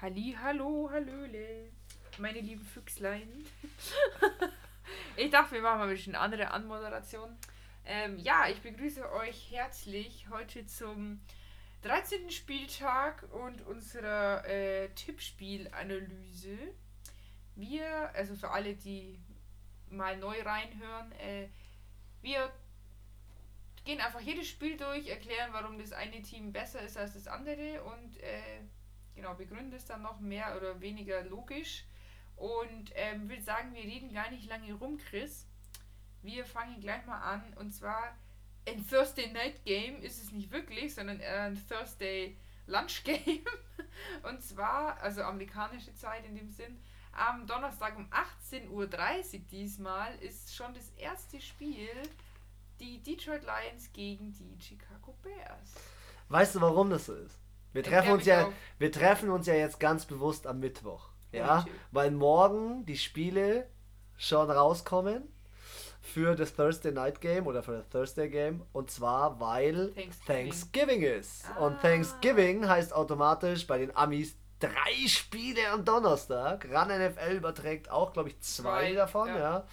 Hallo, hallöle, meine lieben Füchslein. Ich dachte, wir machen mal ein bisschen andere Anmoderation. Ja, ich begrüße euch herzlich heute zum 13. Spieltag und unserer Tippspielanalyse. Also für alle, die mal neu reinhören, wir gehen einfach jedes Spiel durch, erklären, warum das eine Team besser ist als das andere und genau, begründen es dann noch mehr oder weniger logisch. Und würde sagen, wir reden gar nicht lange rum, Chris. Wir fangen gleich mal an. Und zwar ein Thursday Night Game ist es nicht wirklich, sondern ein Thursday Lunch Game. Und zwar, also amerikanische Zeit in dem Sinn, am Donnerstag um 18:30 Uhr diesmal ist schon das erste Spiel, die Detroit Lions gegen die Chicago Bears. Weißt du, warum das so ist? Wir treffen uns ja jetzt ganz bewusst am Mittwoch. Ja, weil morgen die Spiele schon rauskommen für das Thursday Night Game oder für das Thursday Game. Und zwar, weil Thanksgiving ist. Und Thanksgiving heißt automatisch bei den Amis 3 Spiele am Donnerstag. RAN NFL überträgt auch, glaube ich, 2 davon. Ja,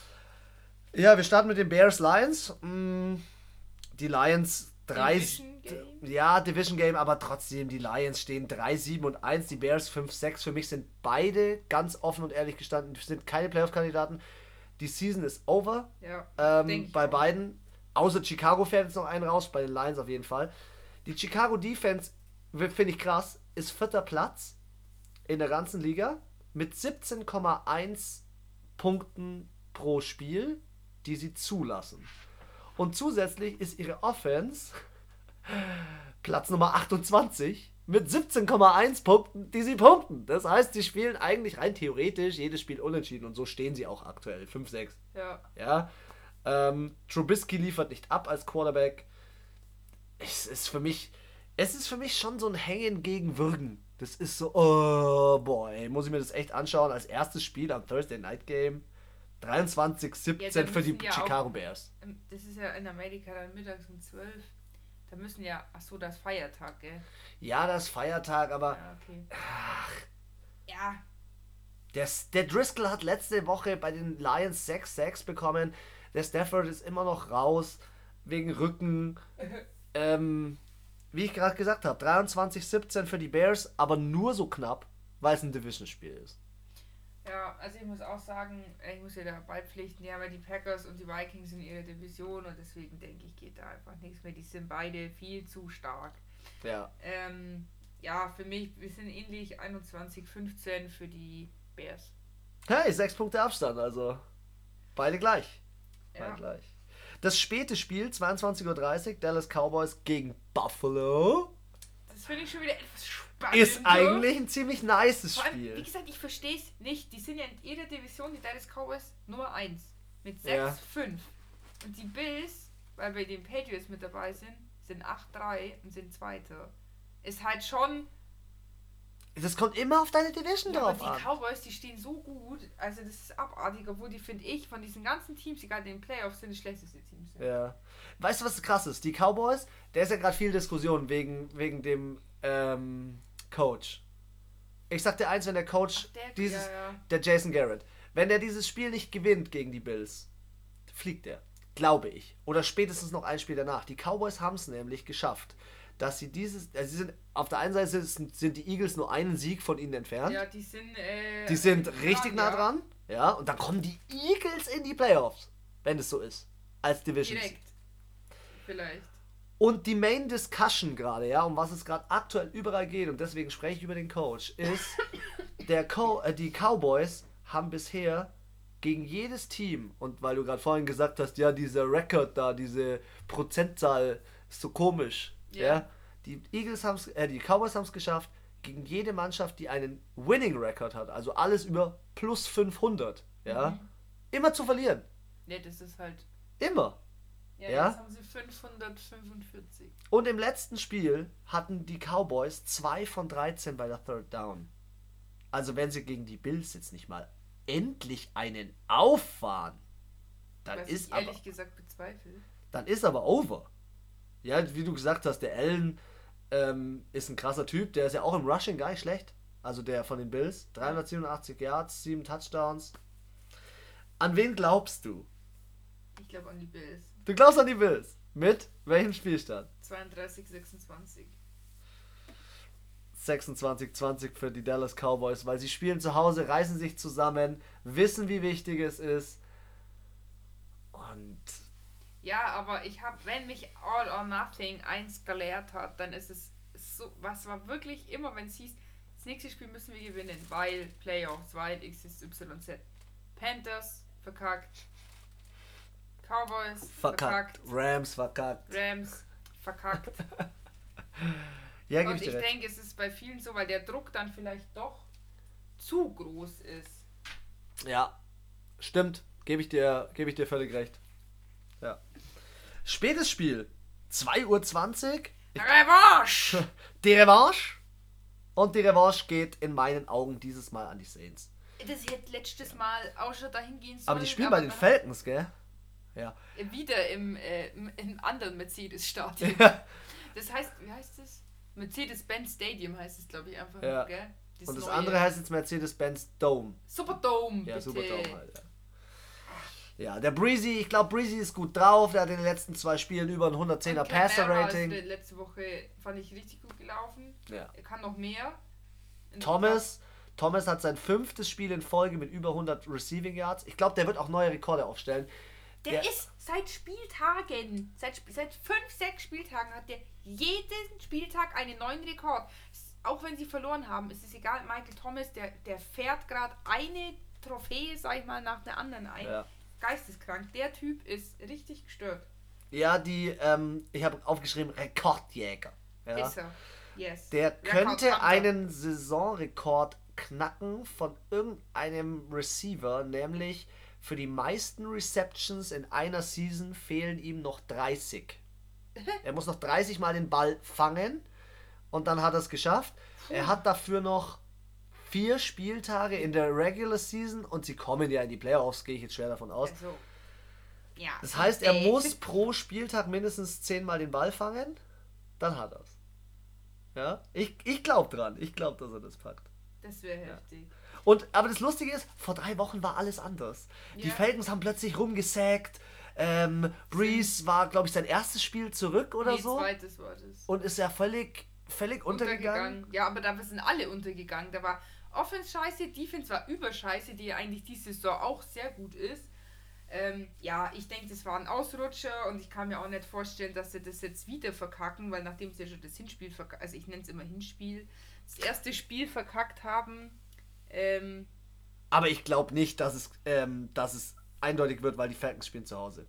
wir starten mit den Bears Lions. Die Lions 3. Ja, Division Game, aber trotzdem, die Lions stehen 3-7-1, die Bears 5-6. Für mich sind beide ganz offen und ehrlich gestanden, sind keine Playoff-Kandidaten. Die Season ist over. Ja, bei beiden. Außer Chicago fährt jetzt noch einen raus, bei den Lions auf jeden Fall. Die Chicago Defense, finde ich krass, ist 4. Platz in der ganzen Liga mit 17,1 Punkten pro Spiel, die sie zulassen. Und zusätzlich ist ihre Offense Platz Nummer 28 mit 17,1 Punkten, die sie punkten. Das heißt, sie spielen eigentlich rein theoretisch jedes Spiel unentschieden und so stehen sie auch aktuell. 5-6. Ja. Trubisky liefert nicht ab als Quarterback. Es ist für mich schon so ein Hängen gegen Würgen. Das ist so, oh boy, muss ich mir das echt anschauen. Als erstes Spiel am Thursday Night Game. 23-17 für die Chicago Bears. Das ist ja in Amerika dann mittags um 12. Da müssen ja, das Feiertag, gell? Ja, das Feiertag, aber... Ja, okay. Ach. Ja. Der Driscoll hat letzte Woche bei den Lions 6-6 bekommen. Der Stafford ist immer noch raus, wegen Rücken. Wie ich gerade gesagt habe, 23-17 für die Bears, aber nur so knapp, weil es ein Division-Spiel ist. Ja, also ich muss auch sagen, ich muss ja da beipflichten, ja, weil die Packers und die Vikings in ihrer Division und deswegen denke ich, geht da einfach nichts mehr. Die sind beide viel zu stark. Ja. Ja, für mich, wir sind ähnlich 21-15 für die Bears. Hey, 6 Punkte Abstand, also beide gleich. Ja. Beide gleich. Das späte Spiel, 22:30 Uhr, Dallas Cowboys gegen Buffalo. Das finde ich schon wieder etwas spannend. Ist eigentlich ein ziemlich nices Vor allem, Spiel. wie gesagt, ich verstehe es nicht. Die sind ja in ihrer Division, die Dallas Cowboys, Nummer 1 mit 6-5. Und die Bills, weil bei den Patriots mit dabei sind 8-3 und sind Zweiter. Ist halt schon... Das kommt immer auf deine Division drauf an. Aber die Cowboys, die stehen so gut, also das ist abartig, obwohl die, finde ich, von diesen ganzen Teams, die gerade in den Playoffs sind, das schlechteste Team sind. Ja. Weißt du, was krass ist? Die Cowboys, der ist ja gerade viel Diskussion wegen dem Coach. Ich sag dir eins, wenn der Coach, der Jason Garrett, wenn der dieses Spiel nicht gewinnt gegen die Bills, fliegt er. Glaube ich. Oder spätestens noch ein Spiel danach. Die Cowboys haben es nämlich geschafft, dass sie sie sind, auf der einen Seite sind die Eagles nur einen Sieg von ihnen entfernt. Ja, die sind richtig nah dran. Ja, und dann kommen die Eagles in die Playoffs, wenn es so ist. Als Division. Direkt. Vielleicht. Und die Main Discussion gerade, ja, um was es gerade aktuell überall geht, und deswegen spreche ich über den Coach, ist, die Cowboys haben bisher gegen jedes Team, und weil du gerade vorhin gesagt hast, ja, dieser Rekord da, diese Prozentzahl ist so komisch, ja, die Cowboys haben es geschafft, gegen jede Mannschaft, die einen Winning Record hat, also alles über plus 500, ja, immer zu verlieren. Ja, das ist halt... Immer. Ja, jetzt haben sie 545. Und im letzten Spiel hatten die Cowboys 2 von 13 bei der Third Down. Also wenn sie gegen die Bills jetzt nicht mal endlich einen auffahren, dann was ist ich ehrlich gesagt bezweifle. Dann ist aber over. Ja, wie du gesagt hast, der Allen ist ein krasser Typ, der ist ja auch im Rushing gar nicht schlecht. also der von den Bills. 387 Yards, 7 Touchdowns. An wen glaubst du? Ich glaube an die Bills. Du glaubst an die Bills? Mit welchem Spielstand? 32-26. 26-20 für die Dallas Cowboys, weil sie spielen zu Hause, reißen sich zusammen, wissen, wie wichtig es ist. Und Ja, aber wenn mich All or Nothing eins gelehrt hat, dann ist es so, was war wirklich immer, wenn es hieß, das nächste Spiel müssen wir gewinnen, weil Playoffs, weil XYZ. Panthers, verkackt. Cowboys, verkackt. Rams, verkackt. Rams, verkackt. Ja, gebe Und ich dir ich recht. denke, es ist bei vielen so, weil der Druck dann vielleicht doch zu groß ist. Ja, stimmt. Gebe ich dir völlig recht. Ja. Spätes Spiel. 2:20 Uhr. Revanche! Die Revanche. Und die Revanche geht in meinen Augen dieses Mal an die Saints. Das hätte letztes Mal auch schon dahin gehen sollen. Aber die spielen bei den Falcons, gell? Ja. Wieder im anderen Mercedes-Stadion. Ja. Das heißt, wie heißt es? Mercedes-Benz Stadium heißt es, glaube ich, einfach. Ja. Gell? Und das neue andere heißt jetzt Mercedes-Benz Dome. Superdome, Ja, bitte. Superdome halt. Ja, der Breezy, ich glaube, Breezy ist gut drauf. Der hat in den letzten 2 Spielen über ein 110er Und Passer-Rating. Camara ist letzte Woche fand ich richtig gut gelaufen. Ja. Er kann noch mehr. Thomas hat sein 5. Spiel in Folge mit über 100 Receiving Yards. Ich glaube, der wird auch neue Rekorde aufstellen. Der ist seit Spieltagen, seit 5, 6 Spieltagen hat der jeden Spieltag einen neuen Rekord. Auch wenn sie verloren haben, ist es egal. Michael Thomas, der fährt gerade eine Trophäe, sag ich mal, nach der anderen ein. Ja. Geisteskrank. Der Typ ist richtig gestört. Ja, ich habe aufgeschrieben, Rekordjäger. Ja. Ist er. Yes. Der könnte Rekordhunter. einen Saisonrekord knacken von irgendeinem Receiver, nämlich für die meisten Receptions in einer Season fehlen ihm noch 30. Er muss noch 30 Mal den Ball fangen und dann hat er es geschafft. Er hat dafür noch 4 Spieltage in der Regular Season und sie kommen ja in die Playoffs, gehe ich jetzt schwer davon aus. Also, ja. Das heißt, er muss pro Spieltag mindestens 10 Mal den Ball fangen, dann hat er es. Ja, ich glaube dran. Ich glaube, dass er das packt. Das wäre heftig. Aber das Lustige ist, vor 3 Wochen war alles anders. Die Ja. Falcons haben plötzlich rumgesackt. Breeze war, glaube ich, sein erstes Spiel zurück oder so. Zweites war das. Und ist ja völlig untergegangen. Ja, aber da sind alle untergegangen. Da war Offense scheiße, Defense war überscheiße, die ja eigentlich diese Saison auch sehr gut ist. Ja, ich denke, das war ein Ausrutscher und ich kann mir auch nicht vorstellen, dass sie das jetzt wieder verkacken, weil nachdem sie ja schon das Hinspiel verkackt, also ich nenne es immer Hinspiel, das erste Spiel verkackt haben. Aber ich glaube nicht, dass es eindeutig wird, weil die Falcons spielen zu Hause.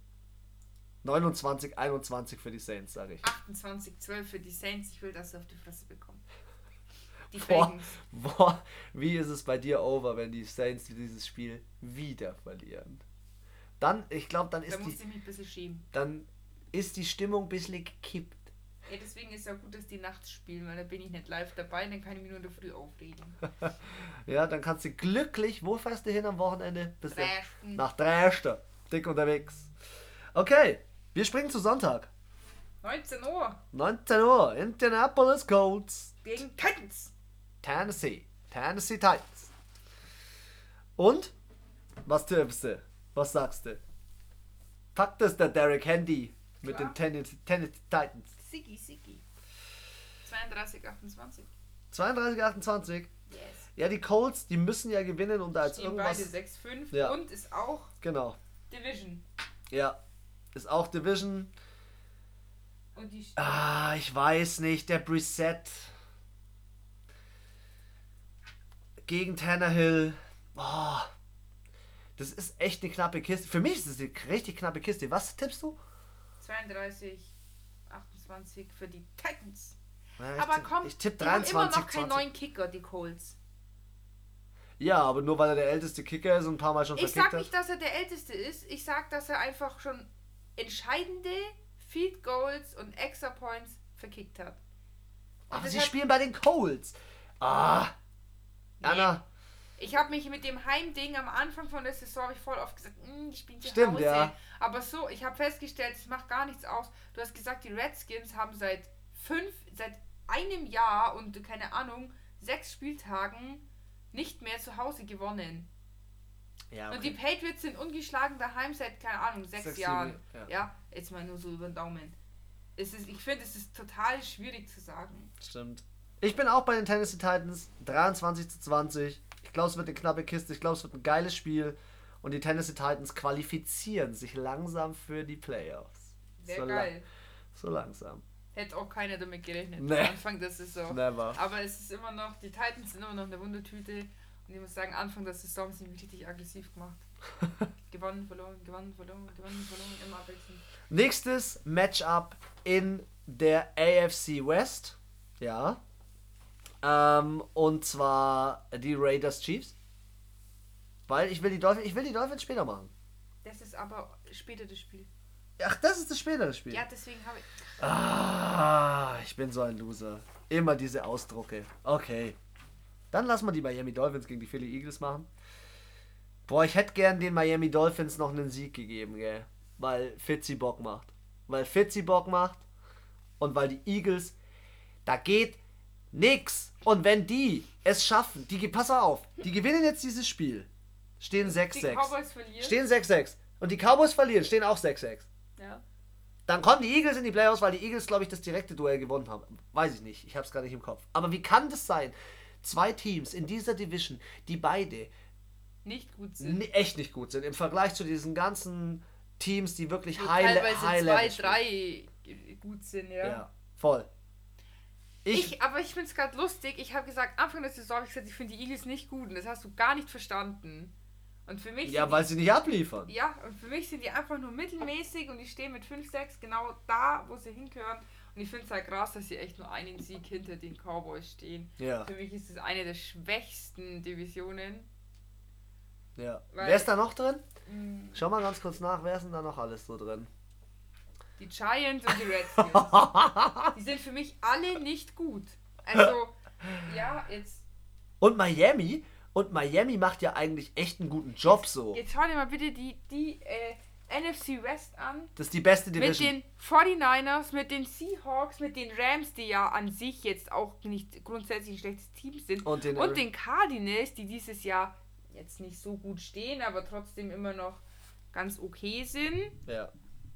29-21 für die Saints, sage ich. 28-12 für die Saints. Ich will, dass sie auf die Fresse bekommen. Die Boah, Falcons. wie ist es bei dir over, wenn die Saints dieses Spiel wieder verlieren? Dann, ich glaube, Da muss ich mich ein bisschen schämen. dann ist die Stimmung ein bisschen gekippt. Ja, deswegen ist es ja gut, dass die nachts spielen, weil dann bin ich nicht live dabei, dann kann ich mich nur in der Früh aufregen. Ja, dann kannst du glücklich, wo fährst du hin am Wochenende? Bist du Dresden. nach Dresden. Dick unterwegs. Okay, wir springen zu Sonntag. 19 Uhr 19 Uhr, Indianapolis Colts, gegen Titans. Tennessee Titans. Und? Was tippst du? Was sagst du? Packt es der Derrick Henry mit Klar. den Tennessee Titans? Siggi. 32-28. 32-28. Yes. Ja, die Colts, die müssen ja gewinnen, um da jetzt Stehen beide irgendwas... 6-5 Ja. und ist auch Genau. Division. Ja. Ist auch Division. Und die Ich weiß nicht, der Brissett gegen Tannehill. Oh, das ist echt eine knappe Kiste. Für mich ist es eine richtig knappe Kiste. Was tippst du? 32-28 für die Titans. Ja, Aber komm, ich tippe die haben immer 23, noch keinen 20. neuen Kicker, die Colts. Ja, aber nur weil er der älteste Kicker ist und ein paar Mal schon Ich verkickt sag nicht, hat. dass er der Älteste ist. Ich sag, dass er einfach schon entscheidende Field Goals und Extra Points verkickt hat. Und Aber sie deshalb- spielen bei den Colts. Anna. Ich habe mich mit dem Heimding am Anfang von der Saison hab ich voll oft gesagt, ich bin zu Stimmt, Hause. ja. Aber so, ich habe festgestellt, es macht gar nichts aus. Du hast gesagt, die Redskins haben seit einem Jahr und keine Ahnung, 6 Spieltagen nicht mehr zu Hause gewonnen. Ja, okay. Und die Patriots sind ungeschlagen daheim seit, keine Ahnung, 6 Jahren. 7, Ja, jetzt mal nur so über den Daumen. Ich finde, es ist total schwierig zu sagen. Stimmt. Ich bin auch bei den Tennessee Titans. 23-20. Ich glaube, es wird eine knappe Kiste. Ich glaube, es wird ein geiles Spiel. Und die Tennessee Titans qualifizieren sich langsam für die Playoffs. Wäre geil. So langsam. Hätte auch keiner damit gerechnet. Nee. Am Anfang der Saison. Never. Aber es ist immer noch, die Titans sind immer noch eine Wundertüte. Und ich muss sagen, Anfang der Saison sind wir richtig aggressiv gemacht. Gewonnen, verloren, immer abwechselnd. Nächstes Matchup in der AFC West. Ja. Und zwar die Raiders Chiefs. Weil ich will die Dolphins später machen. Das ist aber später das Spiel. Ach, das ist das spätere Spiel. Ja, deswegen habe ich... Ich bin so ein Loser. Immer diese Ausdrucke. Okay. Dann lassen wir die Miami Dolphins gegen die Philly Eagles machen. Boah, ich hätte gern den Miami Dolphins noch einen Sieg gegeben, gell? Weil Fitzy Bock macht. Und weil die Eagles, da geht nix. Und wenn die es schaffen, pass auf, die gewinnen jetzt dieses Spiel. Stehen 6-6. Die Cowboys verlieren. Stehen 6-6. Und die Cowboys verlieren, stehen auch 6-6. Ja. Dann kommen die Eagles in die Playoffs, weil die Eagles, glaube ich, das direkte Duell gewonnen haben. Weiß ich nicht, ich habe es gar nicht im Kopf. Aber wie kann das sein? 2 Teams in dieser Division, die beide nicht gut sind. Echt nicht gut sind. Im Vergleich zu diesen ganzen Teams, die wirklich teilweise 2, 3 gut sind, ja. Ja, voll. Aber ich finde es gerade lustig. Ich habe gesagt, Anfang der Saison habe ich gesagt, ich finde die Eagles nicht gut. Und das hast du gar nicht verstanden. Und für mich weil sie nicht abliefern. Ja, und für mich sind die einfach nur mittelmäßig und die stehen mit 5-6 genau da, wo sie hingehören. Und ich finde es halt krass, dass sie echt nur einen Sieg hinter den Cowboys stehen. Ja. Für mich ist es eine der schwächsten Divisionen. Ja. Wer ist da noch drin? Schau mal ganz kurz nach, wer ist denn da noch alles so drin? Die Giants und die Redskins. Die sind für mich alle nicht gut. Also, ja, jetzt... Und Miami macht ja eigentlich echt einen guten Job so. Jetzt schau dir mal bitte die NFC West an. Das ist die beste Division. Mit den 49ers, mit den Seahawks, mit den Rams, die ja an sich jetzt auch nicht grundsätzlich ein schlechtes Team sind. Und den Cardinals, die dieses Jahr jetzt nicht so gut stehen, aber trotzdem immer noch ganz okay sind. Ja.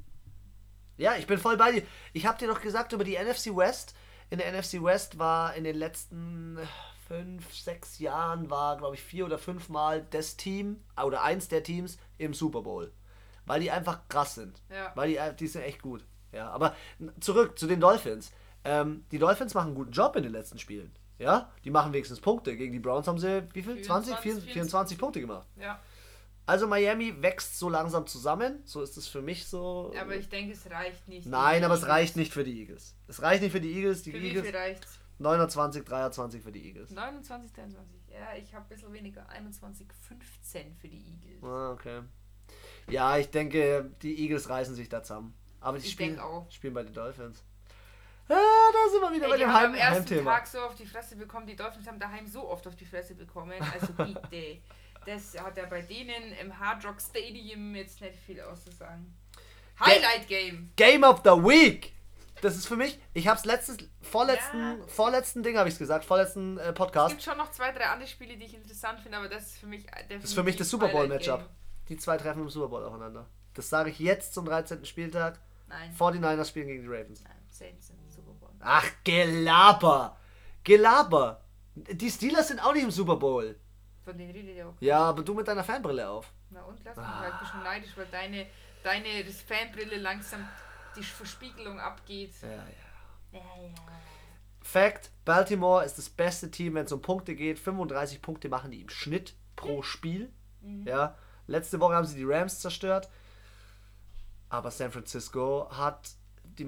Ja, ich bin voll bei dir. Ich habe dir doch gesagt über die NFC West. In der NFC West war in den letzten 5-6 Jahren glaube ich 4 oder 5 Mal das Team oder eins der Teams im Super Bowl. Weil die einfach krass sind. Ja. Weil die sind echt gut. Ja, aber zurück zu den Dolphins. Die Dolphins machen einen guten Job in den letzten Spielen. Ja, die machen wenigstens Punkte. Gegen die Browns haben sie wie viel? 24 Punkte gemacht. Ja. Also Miami wächst so langsam zusammen. So ist es für mich so. Aber ich denke, es reicht nicht. Nein, aber es reicht nicht für die Eagles. Es reicht nicht für die Eagles. Die für Eagles. Wie viel reicht's? 29, 23 für die Eagles. 29, 23. Ja, ich habe ein bisschen weniger. 21, 15 für die Eagles. Ah, okay. Ja, ich denke, die Eagles reißen sich da zusammen. Aber die spielen bei den Dolphins. Ja, da sind wir wieder bei dem Heimthema. Die haben am ersten Tag so auf die Fresse bekommen. Die Dolphins haben daheim so oft auf die Fresse bekommen. Also bitte. Das hat ja bei denen im Hard Rock Stadium jetzt nicht viel auszusagen. Highlight Game. Game of the Week. Das ist für mich, ich hab's vorletzten Ding habe ich gesagt, vorletzten Podcast. Es gibt schon noch 2, 3 andere Spiele, die ich interessant finde, aber das ist für mich das Super Bowl Matchup. Die 2 treffen im Super Bowl aufeinander. Das sage ich jetzt zum 13. Spieltag. Nein. 49ers spielen gegen die Ravens. Nein, Saints im Super Bowl. Ach, Gelaber. Die Steelers sind auch nicht im Super Bowl. Von denen redet ihr auch. Ja, aber du mit deiner Fanbrille auf. Na und, lass mich halt ein bisschen neidisch, weil deine Fanbrille langsam die Verspiegelung abgeht. Ja. Fact, Baltimore ist das beste Team, wenn es um Punkte geht. 35 Punkte machen die im Schnitt pro Spiel. Ja. Letzte Woche haben sie die Rams zerstört. Aber San Francisco hat die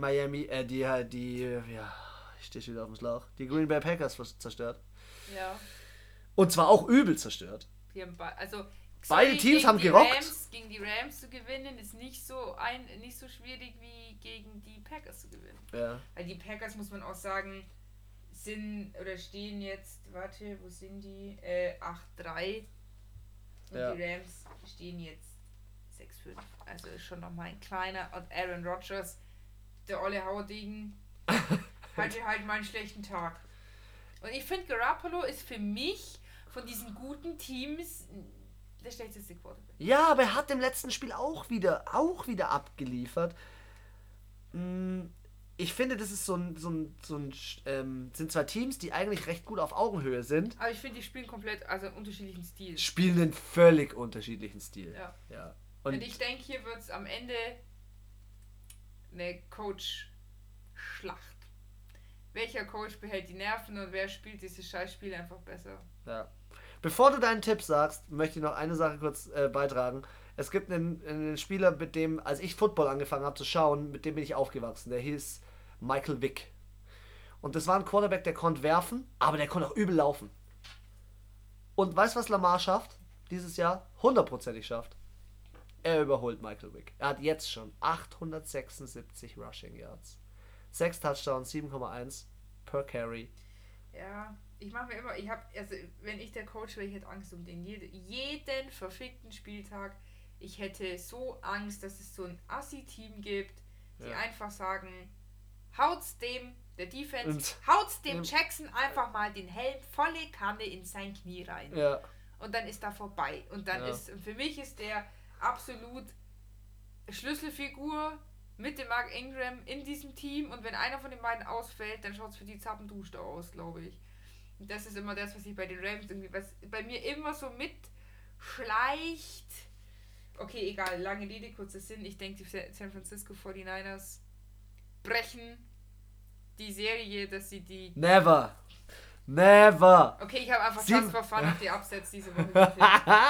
ich stehe schon wieder auf dem Schlauch, die Green Bay Packers zerstört. Ja. Und zwar auch übel zerstört. Die haben beide Teams haben gerockt. Gegen die Rams zu gewinnen ist nicht so schwierig wie gegen die Packers zu gewinnen. Ja. Weil die Packers, muss man auch sagen, stehen jetzt, wo sind die? 8-3. Und die Rams stehen jetzt 6-5. Also ist schon nochmal ein kleiner. Und Aaron Rodgers, der olle Haudegen, hatte halt mal einen schlechten Tag. Und ich finde, Garoppolo ist für mich von diesen guten Teams der schlechteste Quarterback. Ja, aber er hat im letzten Spiel auch wieder abgeliefert. Ich finde, das ist sind zwei Teams, die eigentlich recht gut auf Augenhöhe sind. Aber ich finde, die spielen komplett, also einen unterschiedlichen Stil. Spielen einen völlig unterschiedlichen Stil. Ja. Und ich denke, hier wird es am Ende eine Coach-Schlacht. Welcher Coach behält die Nerven und wer spielt dieses Scheißspiel einfach besser? Ja. Bevor du deinen Tipp sagst, möchte ich noch eine Sache kurz beitragen. Es gibt einen Spieler, mit dem, als ich Football angefangen habe zu schauen, mit dem bin ich aufgewachsen. Der hieß Michael Vick. Und das war ein Quarterback, der konnte werfen, aber der konnte auch übel laufen. Und weißt du, was Lamar schafft? Dieses Jahr 100%ig schafft. Er überholt Michael Vick. Er hat jetzt schon 876 Rushing Yards. 6 Touchdowns, 7,1 per Carry. Ja, ich mache mir immer, wenn ich der Coach wäre, ich hätte Angst um den. Jeden verfickten Spieltag. Ich hätte so Angst, dass es so ein Assi-Team gibt, die einfach sagen, haut's dem, der Defense, haut's dem Jackson einfach mal den Helm volle Kanne in sein Knie rein. Ja. Und dann ist da vorbei. Und dann für mich ist der absolut Schlüsselfigur mit dem Mark Ingram in diesem Team. Und wenn einer von den beiden ausfällt, dann schaut es für die Zappendusche aus, glaube ich. Und das ist immer das, was ich bei den Ravens irgendwie, was bei mir immer so mitschleicht. Okay, egal, lange Rede, kurzer Sinn. Ich denke, die San Francisco 49ers brechen die Serie, dass sie die... Never! Okay, ich habe einfach just for fun auf die Upsets diese Woche getippt.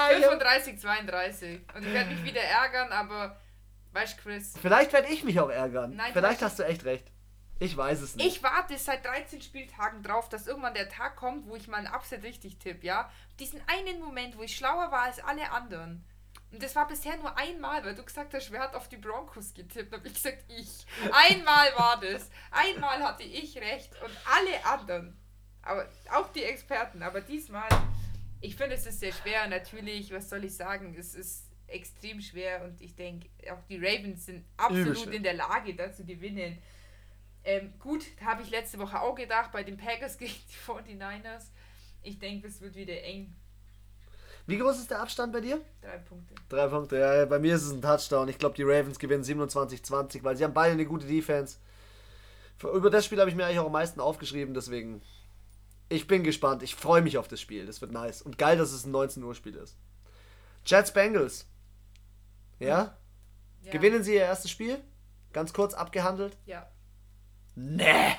35-32. Und ich werde mich wieder ärgern, aber weißt du, Chris... Vielleicht werde ich mich auch ärgern. Nein, vielleicht hast du echt recht. Ich weiß es nicht. Ich warte seit 13 Spieltagen drauf, dass irgendwann der Tag kommt, wo ich mal ein Upset richtig tippe, ja? Diesen einen Moment, wo ich schlauer war als alle anderen. Und das war bisher nur einmal, weil du gesagt hast, wer hat auf die Broncos getippt? Habe ich gesagt, ich. Einmal war das. Einmal hatte ich recht und alle anderen. Aber auch die Experten. Aber diesmal, ich finde, es ist sehr schwer. Natürlich, was soll ich sagen, es ist extrem schwer. Und ich denke, auch die Ravens sind absolut in der Lage, da zu gewinnen. Gut, habe ich letzte Woche auch gedacht, bei den Packers gegen die 49ers. Ich denke, es wird wieder eng. Wie groß ist der Abstand bei dir? 3 Punkte. 3 Punkte, ja. Bei mir ist es ein Touchdown. Ich glaube, die Ravens gewinnen 27-20, weil sie haben beide eine gute Defense. Über das Spiel habe ich mir eigentlich auch am meisten aufgeschrieben, deswegen... Ich bin gespannt. Ich freue mich auf das Spiel. Das wird nice. Und geil, dass es ein 19 Uhr Spiel ist. Jets Bengals. Ja? Gewinnen sie ihr erstes Spiel? Ganz kurz abgehandelt? Ja. Nee.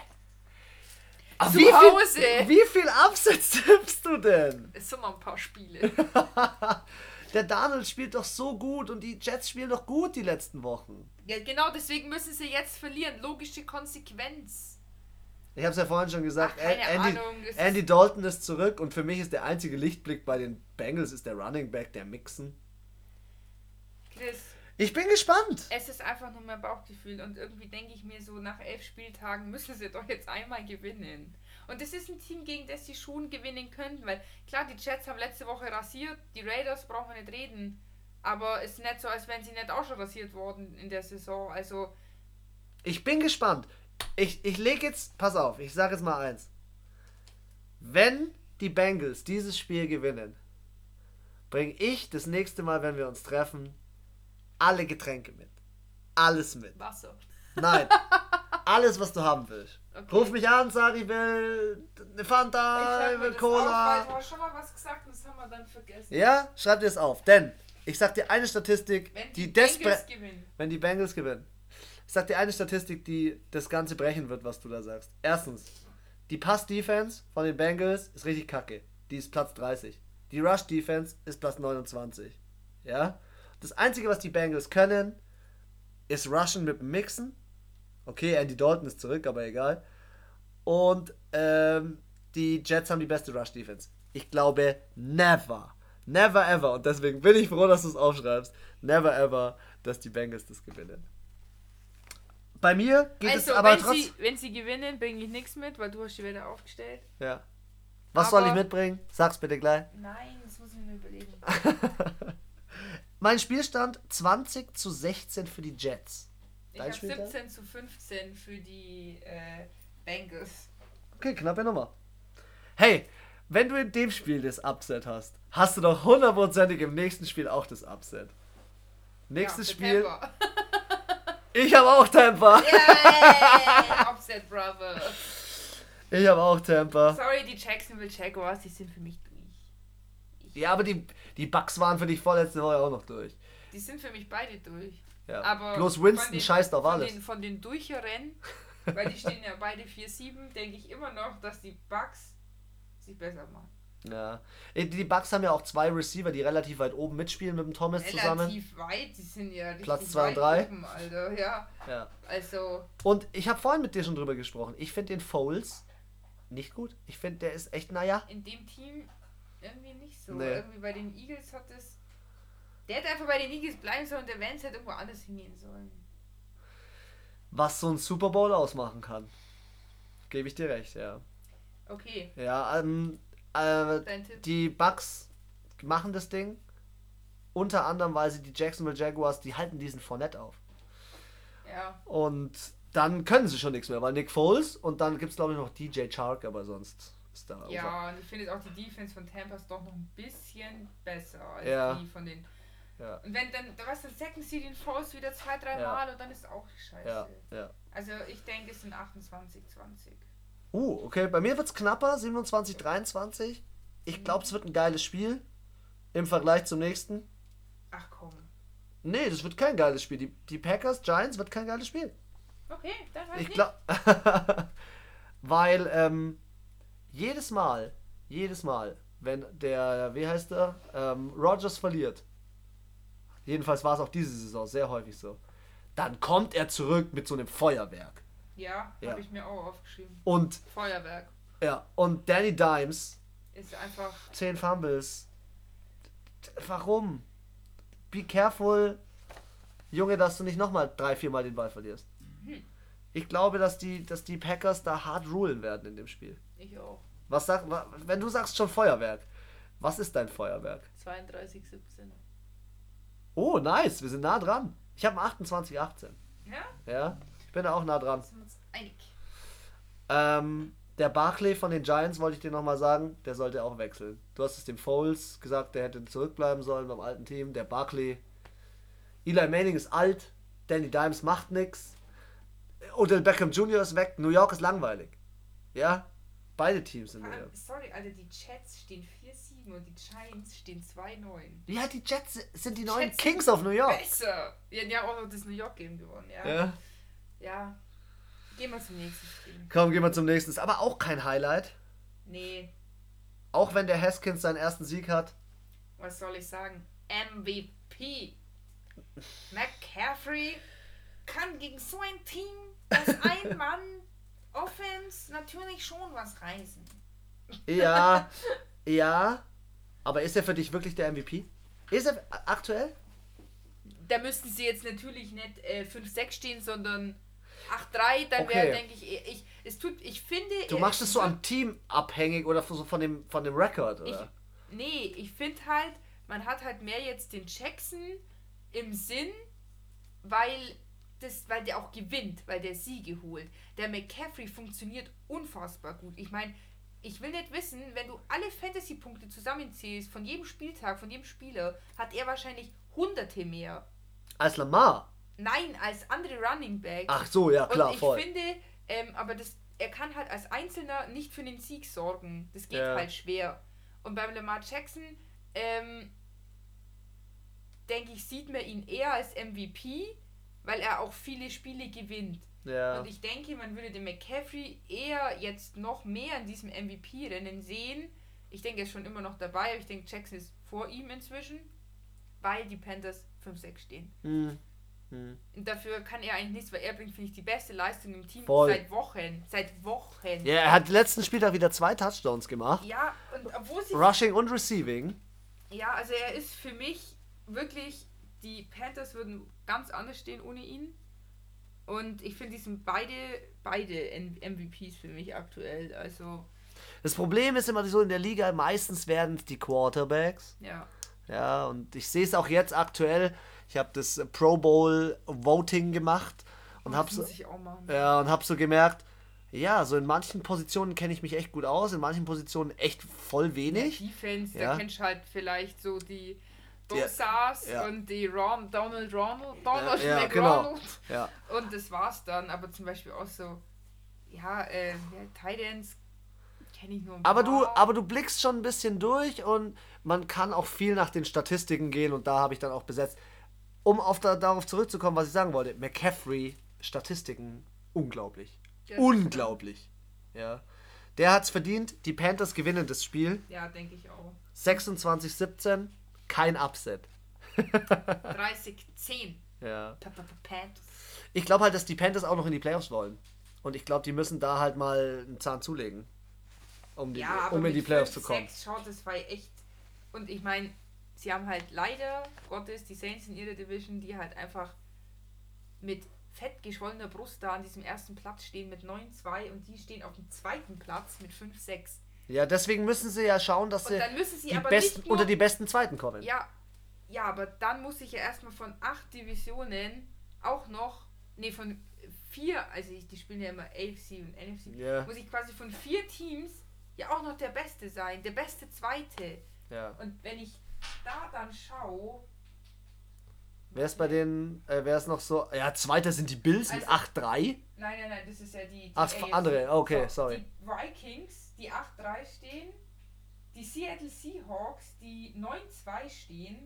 Zu Hause. Wie viel Upsets tippst du denn? Es sind noch ein paar Spiele. Der Darnold spielt doch so gut und die Jets spielen doch gut die letzten Wochen. Ja, genau, deswegen müssen sie jetzt verlieren. Logische Konsequenz. Ich habe es ja vorhin schon gesagt, Ach, Andy Dalton ist zurück und für mich ist der einzige Lichtblick bei den Bengals ist der Running Back, der Mixon. Chris, ich bin gespannt. Es ist einfach nur mein Bauchgefühl und irgendwie denke ich mir so, nach 11 Spieltagen müssen sie doch jetzt einmal gewinnen. Und das ist ein Team, gegen das sie schon gewinnen könnten, weil klar, die Jets haben letzte Woche rasiert, die Raiders brauchen wir nicht reden, aber es ist nicht so, als wären sie nicht auch schon rasiert worden in der Saison, also... Ich bin gespannt. Ich lege jetzt, pass auf, ich sage jetzt mal eins. Wenn die Bengals dieses Spiel gewinnen, bringe ich das nächste Mal, wenn wir uns treffen, alle Getränke mit. Alles mit. Wasser. Nein. Alles, was du haben willst. Okay. Ruf mich an, sag, ich will eine Fanta, ich will Cola. Auf, du hast schon mal was gesagt und das haben wir dann vergessen. Ja, schreib dir das auf. Denn, ich sag dir eine Statistik, wenn die Bengals gewinnen. Wenn die Bengals gewinnen. Ich sag dir eine Statistik, die das Ganze brechen wird, was du da sagst. Erstens, die Pass-Defense von den Bengals ist richtig kacke. Die ist Platz 30. Die Rush-Defense ist Platz 29. Ja? Das Einzige, was die Bengals können, ist rushen mit dem Mixen. Okay, Andy Dalton ist zurück, aber egal. Und die Jets haben die beste Rush-Defense. Ich glaube, never ever, und deswegen bin ich froh, dass du es aufschreibst, never ever, dass die Bengals das gewinnen. Bei mir geht es aber trotzdem... Wenn sie gewinnen, bringe ich nichts mit, weil du hast die wieder aufgestellt. Ja. Was soll ich mitbringen? Sag's bitte gleich. Nein, das muss ich mir überlegen. Mein Spielstand 20-16 für die Jets. Ich habe 17-15 für die Bengals. Okay, knappe Nummer. Hey, wenn du in dem Spiel das Upset hast, hast du doch hundertprozentig im nächsten Spiel auch das Upset. Nächstes für Spiel. Tampa. Ich habe auch Tampa. Yay! Upset, brother. Ich habe auch Tampa. Sorry, die Jacksonville Jaguars, die sind für mich durch. Ja, aber die Bucks waren für dich vorletzte Woche auch noch durch. Die sind für mich beide durch. Ja. Aber bloß Winston scheißt auf alles. Von den Durchrennen, weil die stehen ja beide 4-7, denke ich immer noch, dass die Bucks sich besser machen. Ja. Die Bucks haben ja auch 2 Receiver, die relativ weit oben mitspielen mit dem Thomas zusammen. Relativ weit, die sind ja richtig Platz 2 und 3. weit oben, Alter. Ja. Also. Und ich habe vorhin mit dir schon drüber gesprochen. Ich finde den Foles nicht gut. Ich finde, der ist echt, naja. In dem Team irgendwie nicht so. Nee. Irgendwie bei den Eagles hat es. Der hätte einfach bei den Eagles bleiben sollen und der Vance hätte irgendwo anders hingehen sollen. Was so ein Super Bowl ausmachen kann. Gebe ich dir recht, ja. Okay. Ja, Dein Tipp? die Bucks machen das Ding. Unter anderem, weil sie die Jacksonville Jaguars, die halten diesen Fournette auf. Ja. Und dann können sie schon nichts mehr, weil Nick Foles und dann gibt es glaube ich noch DJ Chark, aber sonst ist da. Ja, und ich finde jetzt auch die Defense von Tampa ist doch noch ein bisschen besser als die von den. Ja. Und wenn dann, da weißt du, sacken sie den Foles wieder 2-3 Mal und dann ist auch scheiße. Ja. Also ich denke, es sind 28-20. Okay, bei mir wird es knapper, 27-23. Ich glaube, es wird ein geiles Spiel im Vergleich zum nächsten. Ach komm. Nee, das wird kein geiles Spiel. Die Packers Giants wird kein geiles Spiel. Okay, dann weiß Ich ich. glaube, weil jedes Mal, wenn der, wie heißt der, Rodgers verliert, jedenfalls war es auch diese Saison sehr häufig so, dann kommt er zurück mit so einem Feuerwerk. Ja, habe ich mir auch aufgeschrieben. Und Feuerwerk. ja, und Danny Dimes Ist einfach. 10 Fumbles. Warum? Be careful, Junge, dass du nicht nochmal 3-4 Mal den Ball verlierst. Ich glaube, dass die Packers da hart rulen werden in dem Spiel. Ich auch. Wenn du sagst schon Feuerwerk, was ist dein Feuerwerk? 32-17. Oh, nice, wir sind nah dran. Ich habe 28-18. Ja? Ja, ich bin da auch nah dran. Sind wir uns einig. Der Barkley von den Giants, wollte ich dir nochmal sagen, der sollte auch wechseln. Du hast es dem Foles gesagt, der hätte zurückbleiben sollen beim alten Team. Der Barkley. Eli Manning ist alt. Danny Dimes macht nichts. Odell Beckham Jr. ist weg. New York ist langweilig. Ja? Beide Teams sind leer. Sorry, Alter, die Jets stehen 4-7 und die Giants stehen 2-9. Ja, die Jets sind die neuen Jets Kings of New York. Besser! Die haben auch noch das New York Game gewonnen, ja. Ja. Ja. Gehen wir zum nächsten Spiel. Komm, gehen wir zum nächsten. Ist aber auch kein Highlight. Nee, Auch wenn der Haskins seinen ersten Sieg hat. was soll ich sagen? MVP. McCaffrey kann gegen so ein Team, das ein Mann Offense natürlich schon was reißen. Ja. Aber ist er für dich wirklich der MVP? Ist er aktuell? Da müssten sie jetzt natürlich nicht 5-6 stehen, sondern 8-3, dann Okay. wäre, denke ich finde... Du machst es so am Team abhängig oder so von dem Rekord, oder? Ich finde halt, man hat halt mehr jetzt den Jackson im Sinn, weil der auch gewinnt, weil der Siege holt. Der McCaffrey funktioniert unfassbar gut. Ich meine, ich will nicht wissen, wenn du alle Fantasy-Punkte zusammenzählst, von jedem Spieltag, von jedem Spieler, hat er wahrscheinlich Hunderte mehr. Als Lamar? Nein, als andere Running Backs. Ach so, ja klar, und ich voll. finde, aber er kann halt als Einzelner nicht für den Sieg sorgen. Das geht Ja. halt schwer. Und beim Lamar Jackson, denke ich, sieht man ihn eher als MVP, weil er auch viele Spiele gewinnt. Ja. Und ich denke, man würde den McCaffrey eher jetzt noch mehr in diesem MVP-Rennen sehen. Ich denke, er ist schon immer noch dabei, aber ich denke, Jackson ist vor ihm inzwischen, weil die Panthers 5-6 stehen. Und dafür kann er eigentlich nichts, weil er bringt, finde ich, die beste Leistung im Team Voll. seit Wochen. Ja, er hat letzten Spieltag wieder 2 Touchdowns gemacht. Ja, und obwohl sie... Rushing und Receiving. Ja, also er ist für mich wirklich... Die Panthers würden ganz anders stehen ohne ihn. Und ich finde, die sind beide MVPs für mich aktuell. Also, Das Problem ist immer so in der Liga, meistens werden es die Quarterbacks. ja. Ja, und ich sehe es auch jetzt aktuell. Ich habe das Pro Bowl Voting gemacht und habe so, muss ich auch machen. ja, und hab so gemerkt, Ja, so in manchen Positionen kenne ich mich echt gut aus, in manchen Positionen echt voll wenig. Defense, Ja. da kennst du halt vielleicht so die Der- Bossas ja. und die Donald Ja, genau. McRonald. Ja. Und das war's dann. Aber zum Beispiel auch so, ja, Titans kenne ich nur ein Aber paar. du blickst schon ein bisschen durch und man kann auch viel nach den Statistiken gehen und da habe ich dann auch besetzt. Um darauf zurückzukommen, was ich sagen wollte. McCaffrey, Statistiken, unglaublich. Ja, Unglaublich. Ja. Der hat's verdient. Die Panthers gewinnen das Spiel. Ja, denke ich auch. 26-17. Kein Upset. 30-10. Ja. Panthers. Ich glaube halt, dass die Panthers auch noch in die Playoffs wollen. Und ich glaube, die müssen da halt mal einen Zahn zulegen. Um in die Playoffs zu kommen. 6, schaut, das war echt. Und ich meine, sie haben halt leider Gottes die Saints in ihrer Division, die halt einfach mit fett geschwollener Brust da an diesem ersten Platz stehen mit 9-2 und die stehen auf dem zweiten Platz mit 5-6. Ja, deswegen müssen sie ja schauen, dass Und sie, dann müssen sie die aber besten, nicht nur, unter die besten Zweiten kommen. ja, aber dann muss ich ja erstmal von 8 Divisionen auch noch, von 4, also die spielen ja immer AFC und NFC, Ja. muss ich quasi von 4 Teams ja auch noch der Beste sein, der beste Zweite. Ja. Und wenn ich da dann schaue, Wer ist bei denen, wer ist noch so? Ja, Zweiter sind die Bills mit Also- 8-3. nein, das ist ja die Ach, AFC. andere, okay, sorry. Die Vikings, die 8-3 stehen, die Seattle Seahawks, die 9-2 stehen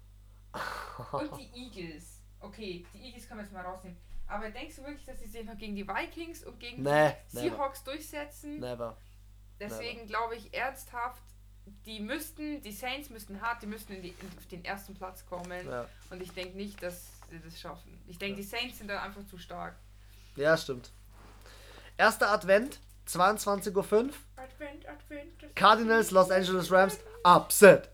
und die Eagles. Okay, die Eagles können wir jetzt mal rausnehmen. Aber denkst du wirklich, dass sie sich noch gegen die Vikings und gegen Nee, die Seahawks durchsetzen? Never. Deswegen glaube ich ernsthaft, die Saints müssten hart, die müssten auf den ersten Platz kommen. Ja. Und ich denke nicht, dass sie das schaffen. Ich denke, die Saints sind dann einfach zu stark. Ja, stimmt. Erster Advent, 22:05 Uhr. Advent. Cardinals, Los Angeles Rams. Upset.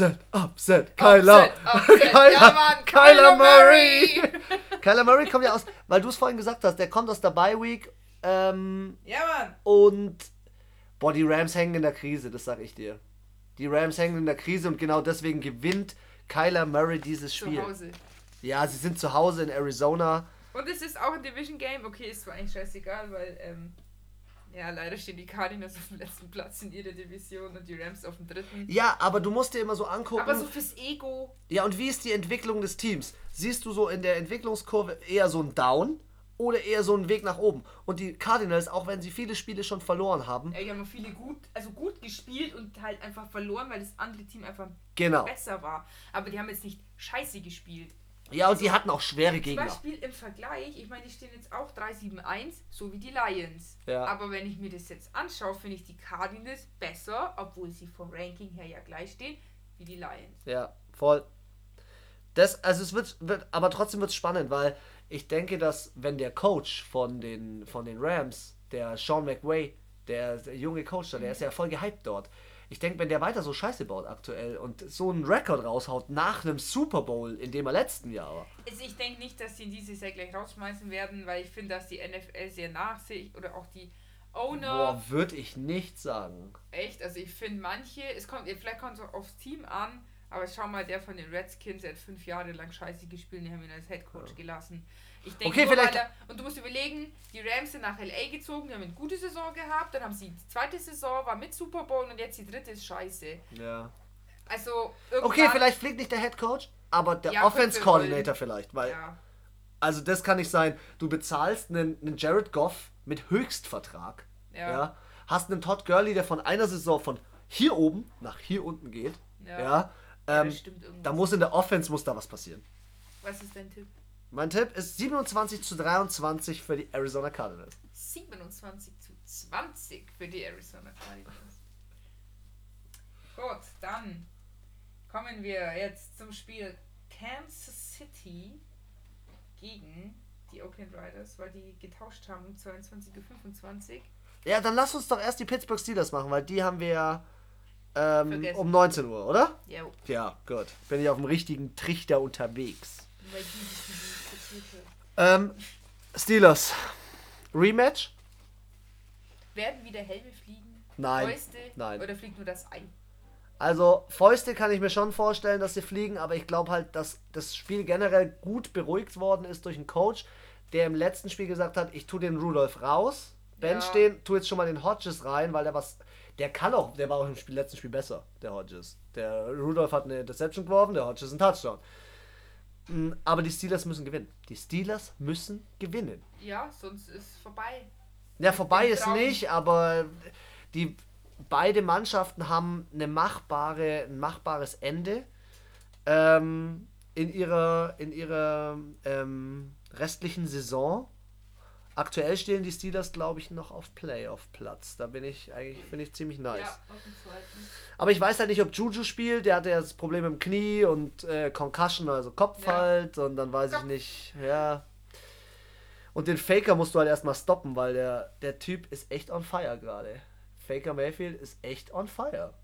Kyler. Upset. Ja, Mann, Kyler Murray. Kyler Murray kommt ja aus, weil du es vorhin gesagt hast, der kommt aus der Bye Week. Ja, Mann. Und die Rams hängen in der Krise, das sag ich dir. Die Rams hängen in der Krise und genau deswegen gewinnt Kyler Murray dieses Spiel. Zu Hause. Ja, sie sind zu Hause in Arizona. Und es ist auch ein Division Game. Okay, ist zwar eigentlich scheißegal, weil, leider stehen die Cardinals auf dem letzten Platz in ihrer Division und die Rams auf dem dritten. Ja, aber du musst dir immer so angucken. Aber so fürs Ego. Ja, und wie ist die Entwicklung des Teams? Siehst du so in der Entwicklungskurve eher so ein Down oder eher so einen Weg nach oben? Und die Cardinals, auch wenn sie viele Spiele schon verloren haben, Die haben noch viele gut gespielt und halt einfach verloren, weil das andere Team einfach genau. besser war. Aber die haben jetzt nicht scheiße gespielt. Ja, und die hatten auch schwere Zum Gegner. Beispiel im Vergleich, ich meine, die stehen jetzt auch 3-7-1, so wie die Lions. Ja. Aber wenn ich mir das jetzt anschaue, finde ich die Cardinals besser, obwohl sie vom Ranking her ja gleich stehen, wie die Lions. Ja, voll. Es wird aber trotzdem wird es spannend, weil ich denke, dass wenn der Coach von den Rams, der Sean McVay, der junge Coach da, der ist ja voll gehypt dort. Ich denke, wenn der weiter so Scheiße baut aktuell und so einen Rekord raushaut nach einem Super Bowl, in dem er letzten Jahr war. Also ich denke nicht, dass sie ihn dieses Jahr gleich rausschmeißen werden, weil ich finde, dass die NFL sehr nachsichtig oder auch die Owner. Boah, würde ich nicht sagen. Echt, also ich finde manche, vielleicht kommt es auch aufs Team an, aber schau mal, der von den Redskins, der hat 5 Jahre lang scheiße gespielt, die haben ihn als Headcoach gelassen. Ich denke, Okay, vielleicht. und du musst überlegen, die Rams sind nach LA gezogen, die haben eine gute Saison gehabt, dann haben sie die zweite Saison, war mit Super Bowl und jetzt die dritte ist scheiße. Ja. Also, Okay, vielleicht fliegt nicht der Headcoach, aber der Ja, Offense könnte Coordinator vielleicht, weil Ja, also das kann nicht sein. Du bezahlst einen Jared Goff mit Höchstvertrag. Ja. Hast einen Todd Gurley, der von einer Saison von hier oben nach hier unten geht. Ja. das stimmt irgendwie. Da muss in der Offense da was passieren. Was ist dein Tipp? Mein Tipp ist 27-23 für die Arizona Cardinals. 27-20 für die Arizona Cardinals. Gut, dann kommen wir jetzt zum Spiel Kansas City gegen die Oakland Raiders, weil die getauscht haben um 22:25 Uhr. Ja, dann lass uns doch erst die Pittsburgh Steelers machen, weil die haben wir ja Vergessen. um 19 Uhr, oder? Jo. Ja, gut. Bin ich auf dem richtigen Trichter unterwegs. Weil die passierte. Steelers. Rematch? Werden wieder Helme fliegen? Nein. Fäuste? Nein. Oder fliegt nur das Ei? Also, Fäuste kann ich mir schon vorstellen, dass sie fliegen, aber ich glaube halt, dass das Spiel generell gut beruhigt worden ist durch einen Coach, der im letzten Spiel gesagt hat, ich tue den Rudolph raus Bench stehen, tu jetzt schon mal den Hodges rein, weil der war auch im letzten Spiel besser, der Hodges. Der Rudolph hat eine Interception geworfen, der Hodges einen Touchdown. Aber die Steelers müssen gewinnen. Die Steelers müssen gewinnen. Ja, sonst ist vorbei. Ja, vorbei ist nicht, aber beide Mannschaften haben ein machbares Ende in ihrer restlichen Saison. Aktuell stehen die Steelers, glaube ich, noch auf Playoff-Platz. Da finde ich ziemlich nice. Ja, auf dem zweiten. Aber ich weiß halt nicht, ob Juju spielt. Der hatte ja das Problem im Knie und Concussion, also Kopf halt. Und dann weiß ich nicht, ja. Und den Faker musst du halt erstmal stoppen, weil der Typ ist echt on fire gerade. Faker Mayfield ist echt on fire.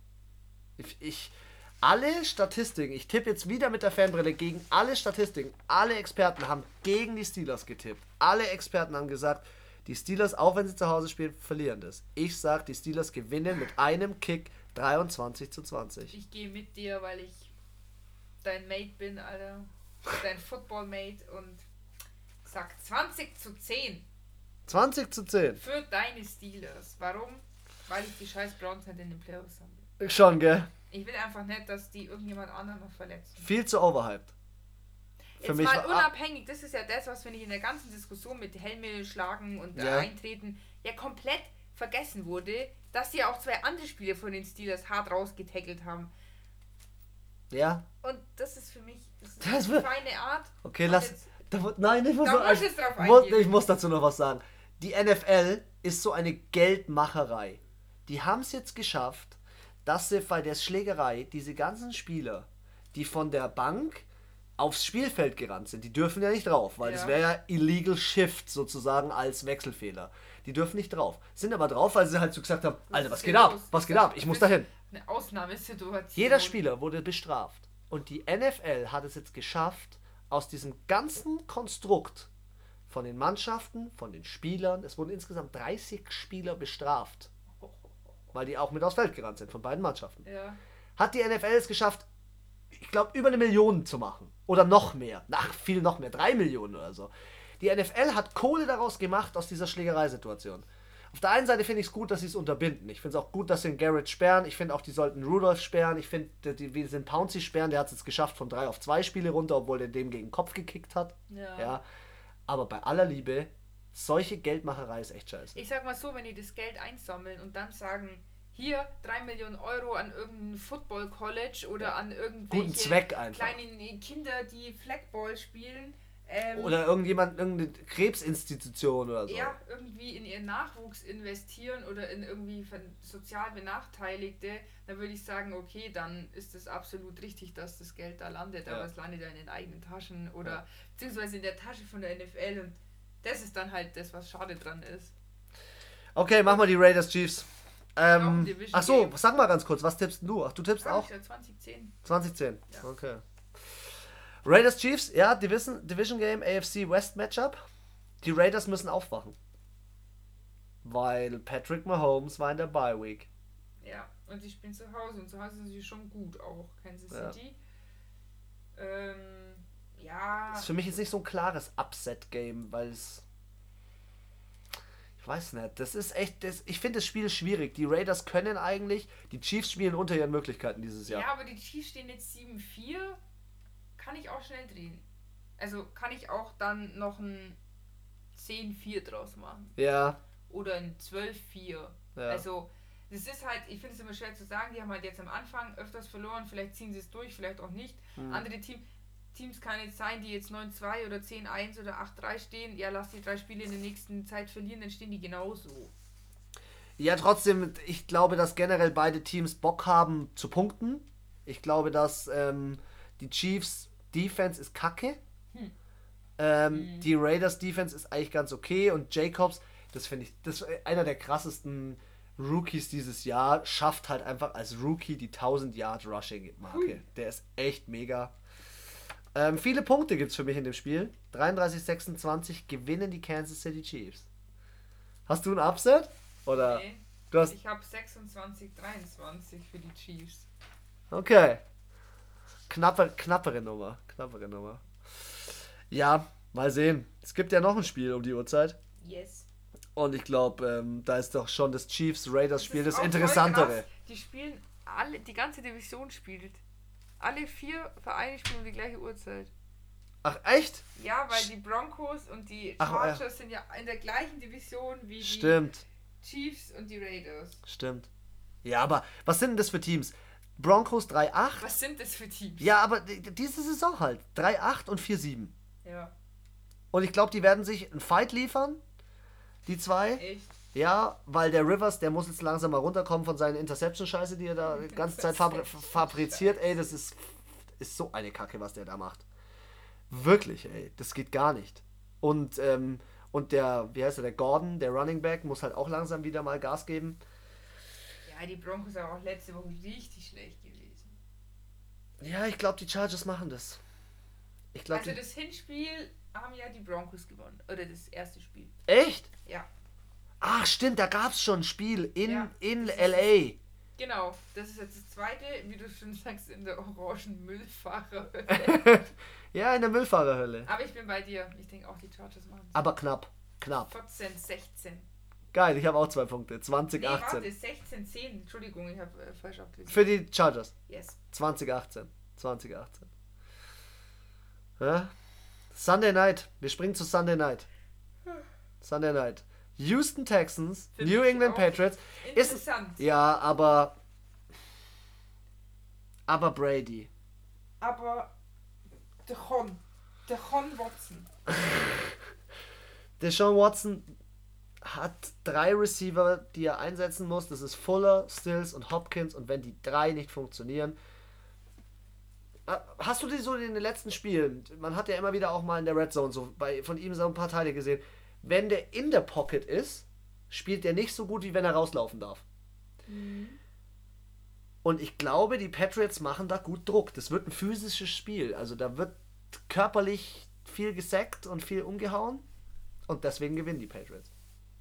Alle Statistiken, ich tippe jetzt wieder mit der Fanbrille gegen alle Statistiken, alle Experten haben gegen die Steelers getippt. Alle Experten haben gesagt, die Steelers, auch wenn sie zu Hause spielen, verlieren das. Ich sag, die Steelers gewinnen mit einem Kick 23-20. Ich gehe mit dir, weil ich dein Mate bin, Alter. Dein Football-Mate und sag 20-10. 20-10. Für deine Steelers. Warum? Weil ich die scheiß Browns nicht in den Playoffs habe. Schon, gell? Ich will einfach nicht, dass die irgendjemand anderen noch verletzen. Viel zu overhyped. Jetzt mal unabhängig, das ist ja das, was finde ich in der ganzen Diskussion mit Helme schlagen und Eintreten ja komplett vergessen wurde, dass sie auch 2 andere Spiele von den Steelers hart rausgetackelt haben. Ja. Und das ist für mich eine feine Art. Okay, nein, ich muss dazu noch was sagen. Die NFL ist so eine Geldmacherei. Die haben es jetzt geschafft, dass sie bei der Schlägerei diese ganzen Spieler, die von der Bank aufs Spielfeld gerannt sind, die dürfen ja nicht drauf, weil das wäre ja illegal shift sozusagen als Wechselfehler. Die dürfen nicht drauf. Sind aber drauf, weil sie halt so gesagt haben, Alter, was geht ab? Ich muss dahin. Eine Ausnahmesituation. Jeder Spieler wurde bestraft. Und die NFL hat es jetzt geschafft, aus diesem ganzen Konstrukt von den Mannschaften, von den Spielern, es wurden insgesamt 30 Spieler bestraft, weil die auch mit aufs Feld gerannt sind, von beiden Mannschaften. Ja. Hat die NFL es geschafft, ich glaube, über 1 Million zu machen. Oder noch mehr. Viel noch mehr. 3 Millionen oder so. Die NFL hat Kohle daraus gemacht aus dieser Schlägereisituation. Auf der einen Seite finde ich es gut, dass sie es unterbinden. Ich finde es auch gut, dass sie den Garrett sperren. Ich finde auch, die sollten Rudolph sperren. Ich finde, wie sie den Pouncey sperren. Der hat es jetzt geschafft von 3 auf 2 Spiele runter, obwohl der dem gegen den Kopf gekickt hat. Ja. Aber bei aller Liebe, solche Geldmacherei ist echt scheiße. Ich sag mal so, wenn die das Geld einsammeln und dann sagen, hier 3 Millionen Euro an irgendein Football College oder an irgendwelche guten Zweck einfach. Kleinen Kinder, die Flagball spielen. Oder irgendeine Krebsinstitution oder so. Ja, irgendwie in ihren Nachwuchs investieren oder in irgendwie sozial Benachteiligte, dann würde ich sagen, okay, dann ist es absolut richtig, dass das Geld da landet, aber es landet ja in den eigenen Taschen oder beziehungsweise in der Tasche von der NFL und das ist dann halt das, was schade dran ist. Okay, machen wir die Raiders Chiefs. Achso, sag mal ganz kurz, was tippst du? Ach, du tippst auch? Ja, 2010. 2010, ja. Okay. Raiders Chiefs, ja, Division Game, AFC West Matchup. Die Raiders müssen aufwachen. Weil Patrick Mahomes war in der Bye Week. Ja, und sie spielen zu Hause und zu Hause sind sie schon gut, auch Kansas City. Das ist für mich jetzt nicht so ein klares Upset-Game, weil es... Ich weiß nicht, das ist echt... Ich finde das Spiel schwierig. Die Raiders können eigentlich... Die Chiefs spielen unter ihren Möglichkeiten dieses Jahr. Ja, aber die Chiefs stehen jetzt 7-4. Kann ich auch schnell drehen. Also kann ich auch dann noch ein 10-4 draus machen. Ja. Oder ein 12-4. Ja. Also, das ist halt, ich finde es immer schwer zu sagen, die haben halt jetzt am Anfang öfters verloren, vielleicht ziehen sie es durch, vielleicht auch nicht. Andere Teams kann jetzt sein, die jetzt 9-2 oder 10-1 oder 8-3 stehen, ja, lass die 3 Spiele in der nächsten Zeit verlieren, dann stehen die genauso. Ja, trotzdem, ich glaube, dass generell beide Teams Bock haben zu punkten. Ich glaube, dass die Chiefs Defense ist kacke. Die Raiders Defense ist eigentlich ganz okay und Jacobs, das finde ich, das ist einer der krassesten Rookies dieses Jahr, schafft halt einfach als Rookie die 1000 Yard Rushing Marke. Der ist echt mega. Viele Punkte gibt es für mich in dem Spiel. 33-26 gewinnen die Kansas City Chiefs. Hast du ein Upset? Oder? Nee, ich habe 26-23 für die Chiefs. Okay. Knappere Nummer. Ja, mal sehen. Es gibt ja noch ein Spiel um die Uhrzeit. Yes. Und ich glaube, da ist doch schon das Chiefs-Raiders-Spiel das auch voll Interessantere. krass. Die spielen alle, die ganze Division spielt. Alle 4 Vereine spielen um die gleiche Uhrzeit. Ach, echt? Ja, weil die Broncos und die Chargers sind ja in der gleichen Division wie Stimmt. die Chiefs und die Raiders. Stimmt. Ja, aber was sind denn das für Teams? Broncos 3-8? Was sind das für Teams? Ja, aber diese Saison halt. 3-8 und 4-7. Ja. Und ich glaube, die werden sich einen Fight liefern. Die zwei. Echt? Ja, weil der Rivers, der muss jetzt langsam mal runterkommen von seinen Interception-Scheiße, die er da die ganze Zeit fabriziert. Ey, das ist so eine Kacke, was der da macht. Wirklich, ey. Das geht gar nicht. Und der, wie heißt der Gordon, der Running Back, muss halt auch langsam wieder mal Gas geben. Ja, die Broncos sind auch letzte Woche richtig schlecht gewesen. Ja, ich glaube, die Chargers machen das. Ich glaub, Also das Hinspiel haben ja die Broncos gewonnen. Oder das erste Spiel. Echt? Ja. Ach, stimmt, da gab es schon ein Spiel in das L.A. Genau, das ist jetzt das zweite, wie du schon sagst, in der orangen Müllfahrer. Ja, in der Müllfahrerhölle. Aber ich bin bei dir. Ich denke auch, die Chargers machen es. Aber knapp. 14, 16. Geil, ich habe auch 2 Punkte. 20, Nee, 18. warte, 16, 10. Entschuldigung, ich habe falsch aufgelesen. Für die Chargers. Yes. 2018. Ja? Sunday Night. Wir springen zu Sunday Night. Sunday Night. Houston Texans, Für New mich England auch Patriots. Interessant. Ja, aber Brady. Aber der Con Watson. Deshaun Watson hat 3 Receiver, die er einsetzen muss. Das ist Fuller, Stills und Hopkins. Und wenn die 3 nicht funktionieren... Hast du die so in den letzten Spielen, man hat ja immer wieder auch mal in der Red Zone von ihm so ein paar Teile gesehen, wenn der in der Pocket ist, spielt der nicht so gut, wie wenn er rauslaufen darf. Mhm. Und ich glaube, die Patriots machen da gut Druck. Das wird ein physisches Spiel. Also da wird körperlich viel gesackt und viel umgehauen. Und deswegen gewinnen die Patriots.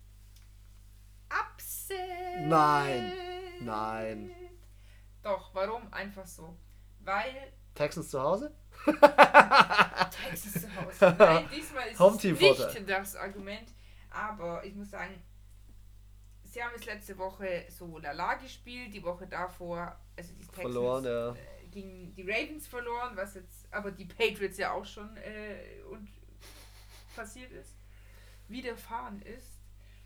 Upset. Nein. Doch, warum? Einfach so. Weil Texans zu Hause? Texas zu Hause. Nein, diesmal ist es nicht das Argument. Aber ich muss sagen, sie haben es letzte Woche so lala gespielt, die Woche davor, also die Texans verloren, ja. Gegen die Ravens verloren, was jetzt, aber die Patriots ja auch schon und passiert ist, widerfahren ist.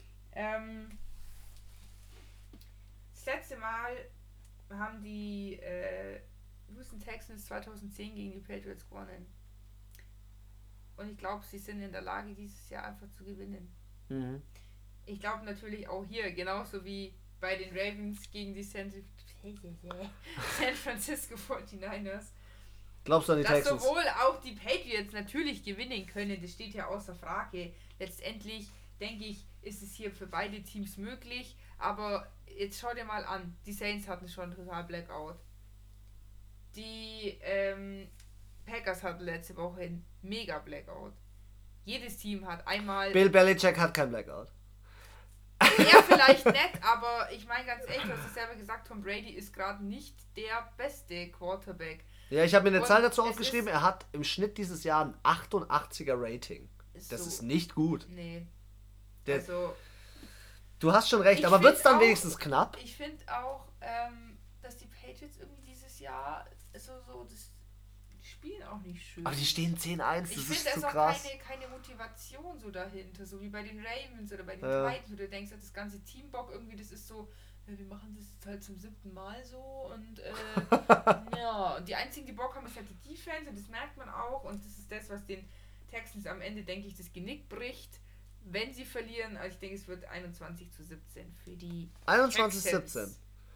Das letzte Mal haben die Houston Texans 2010 gegen die Patriots gewonnen. Und ich glaube, sie sind in der Lage, dieses Jahr einfach zu gewinnen. Mhm. Ich glaube natürlich auch hier, genauso wie bei den Ravens gegen die San Francisco 49ers. Glaubst du an die dass Texans? Sowohl auch die Patriots natürlich gewinnen können, das steht ja außer Frage. Letztendlich, denke ich, ist es hier für beide Teams möglich. Aber jetzt schau dir mal an, die Saints hatten schon total Blackout. Die Packers hatten letzte Woche einen mega Blackout. Jedes Team hat einmal... Bill Belichick hat kein Blackout. Er vielleicht nicht, aber ich meine ganz ehrlich, du hast es selber gesagt, Tom Brady ist gerade nicht der beste Quarterback. Ja, ich habe mir eine Und Zahl dazu aufgeschrieben. Er hat im Schnitt dieses Jahr ein 88er Rating. Das ist nicht gut. Nee. Also... Du hast schon recht, aber wird es dann wenigstens knapp? Ich finde auch, dass die Patriots irgendwie dieses Jahr so das spielen auch nicht schön. Aber die stehen 10-1, das ist zu auch krass. Keine Motivation so dahinter, so wie bei den Ravens oder bei den Titans, wo du denkst, das ganze Teambock irgendwie, das ist so, wir machen das jetzt halt zum 7. Mal so und ja, und die einzigen, die Bock haben, ist halt die Defense und das merkt man auch und das ist das, was den Texans am Ende, denke ich, das Genick bricht, wenn sie verlieren. Also ich denke, es wird 21-17 für die 21-17.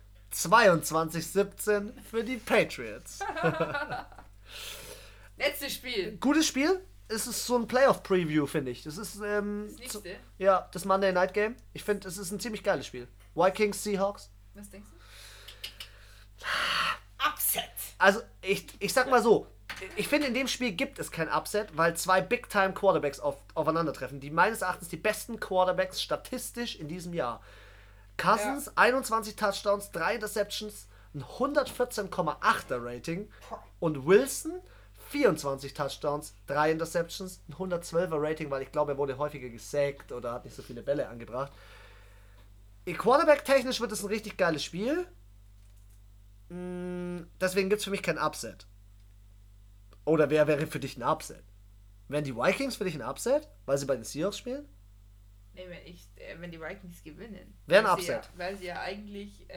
22-17 für die Patriots. Letztes Spiel. Gutes Spiel. Es ist so ein Playoff-Preview, finde ich. Das ist Das nächste. ja, das Monday Night Game. Ich finde, es ist ein ziemlich geiles Spiel. Vikings, Seahawks. Was denkst du? Upset. Also, ich sag mal so, ich finde, in dem Spiel gibt es kein Upset, weil 2 Big-Time-Quarterbacks aufeinandertreffen. Die meines Erachtens die besten Quarterbacks statistisch in diesem Jahr. Cousins, 21 Touchdowns, 3 Interceptions, ein 114,8er Rating. Und Wilson, 24 Touchdowns, 3 Interceptions, ein 112er Rating, weil ich glaube, er wurde häufiger gesackt oder hat nicht so viele Bälle angebracht. Quarterback-technisch wird es ein richtig geiles Spiel. Deswegen gibt es für mich kein Upset. Oder wer wäre für dich ein Upset? Wären die Vikings für dich ein Upset, weil sie bei den Seahawks spielen? Nee, wenn die Vikings gewinnen. Wäre ein Upset. Weil sie ja eigentlich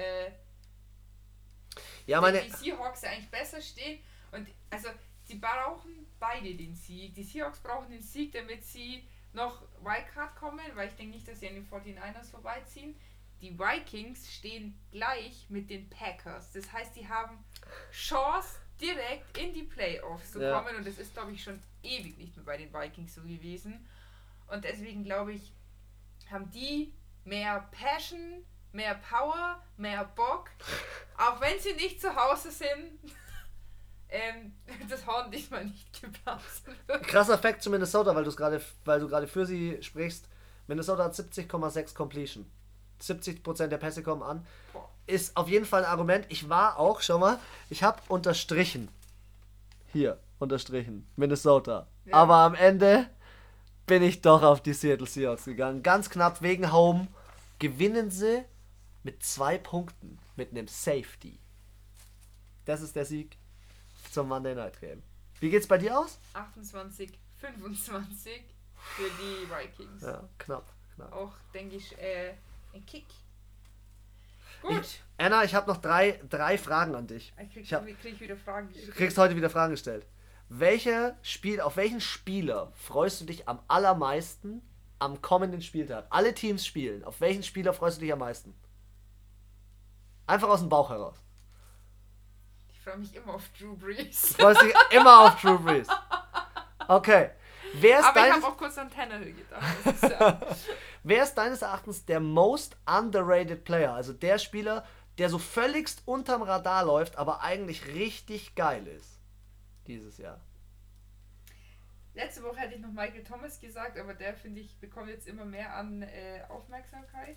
die Seahawks ja eigentlich besser stehen. Und also sie brauchen beide den Sieg. Die Seahawks brauchen den Sieg, damit sie noch Wildcard kommen, weil ich denke nicht, dass sie an den 49ers vorbeiziehen. Die Vikings stehen gleich mit den Packers. Das heißt, die haben Chance, direkt in die Playoffs zu kommen. Und das ist, glaube ich, schon ewig nicht mehr bei den Vikings so gewesen. Und deswegen, glaube ich, haben die mehr Passion, mehr Power, mehr Bock. Auch wenn sie nicht zu Hause sind. Das Horn diesmal nicht geblasen wird. Krasser Fact zu Minnesota, weil du gerade für sie sprichst. Minnesota hat 70,6 Completion. 70% der Pässe kommen an. Ist auf jeden Fall ein Argument. Ich war auch, schau mal, ich habe unterstrichen. Hier, unterstrichen. Minnesota. Ja. Aber am Ende bin ich doch auf die Seattle Seahawks gegangen. Ganz knapp wegen Home. Gewinnen sie mit 2 Punkten. Mit einem Safety. Das ist der Sieg zum Monday Night Game. Wie geht's bei dir aus? 28-25 für die Vikings. Ja, knapp. Auch, denke ich, ein Kick. Gut. Anna, ich habe noch drei Fragen an dich. Krieg wieder Fragen gestellt. Du kriegst heute wieder Fragen gestellt. Auf welchen Spieler freust du dich am allermeisten am kommenden Spieltag? Alle Teams spielen. Auf welchen Spieler freust du dich am meisten? Einfach aus dem Bauch heraus. Ich freue mich immer auf Drew Brees. Du freust dich immer auf Drew Brees. Okay. Ich habe auch kurz an Tannehill gedacht. Wer ist deines Erachtens der most underrated Player? Also der Spieler, der so völligst unterm Radar läuft, aber eigentlich richtig geil ist. Dieses Jahr. Letzte Woche hätte ich noch Michael Thomas gesagt, aber der, finde ich, bekommt jetzt immer mehr an Aufmerksamkeit.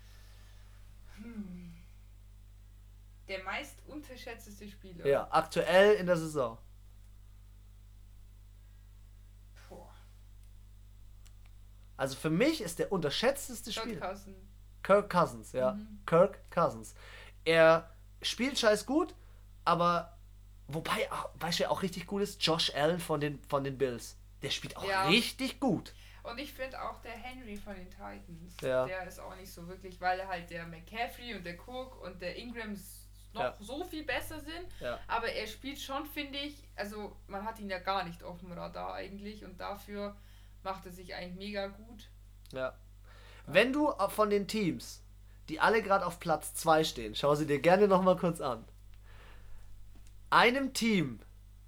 Der meist unterschätzte Spieler. Ja, aktuell in der Saison. Also für mich ist der unterschätzteste Spieler Kirk Cousins, ja. Kirk Cousins. Er spielt scheiß gut, aber wobei, weißt du, auch richtig gut ist, Josh Allen von den Bills. Der spielt auch richtig gut. Und ich finde auch der Henry von den Titans, ja. Der ist auch nicht so wirklich, weil halt der McCaffrey und der Cook und der Ingram noch so viel besser sind. Ja. Aber er spielt schon, finde ich, also man hat ihn ja gar nicht auf dem Radar eigentlich und dafür macht er sich eigentlich mega gut. Ja. Wenn du von den Teams, die alle gerade auf Platz 2 stehen, schau sie dir gerne nochmal kurz an. Einem Team,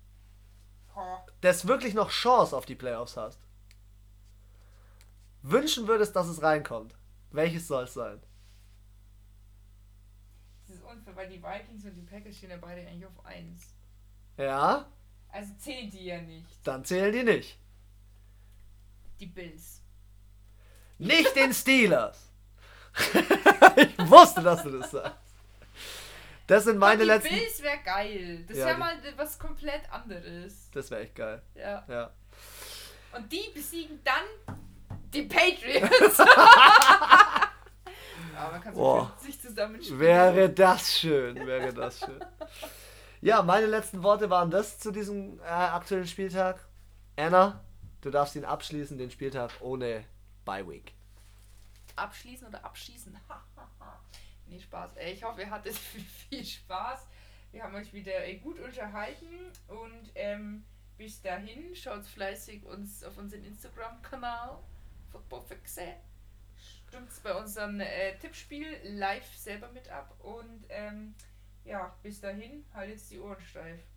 das wirklich noch Chance auf die Playoffs hast, wünschen würdest, dass es reinkommt. Welches soll es sein? Das ist unfair, weil die Vikings und die Packers stehen ja beide eigentlich auf 1. Ja? Also zählen die ja nicht. Dann zählen die nicht. Die Bills. Nicht den Steelers. Ich wusste, dass du das sagst. Das sind meine letzten... Die Bills wäre geil. Das wäre mal was komplett anderes. Das wäre echt geil. Ja. Und die besiegen dann die Patriots. Aber man kann sich zusammenspielen. Wäre das schön. Ja, meine letzten Worte waren das zu diesem aktuellen Spieltag. Anna, du darfst ihn abschließen, den Spieltag ohne Bye-Week. Abschließen oder abschießen? Nee, Spaß. Ich hoffe, ihr hattet viel Spaß. Wir haben euch wieder gut unterhalten und bis dahin schaut fleißig uns auf unseren Instagram-Kanal Footballfixe. Stimmt bei unserem Tippspiel live selber mit ab und bis dahin haltet die Ohren steif.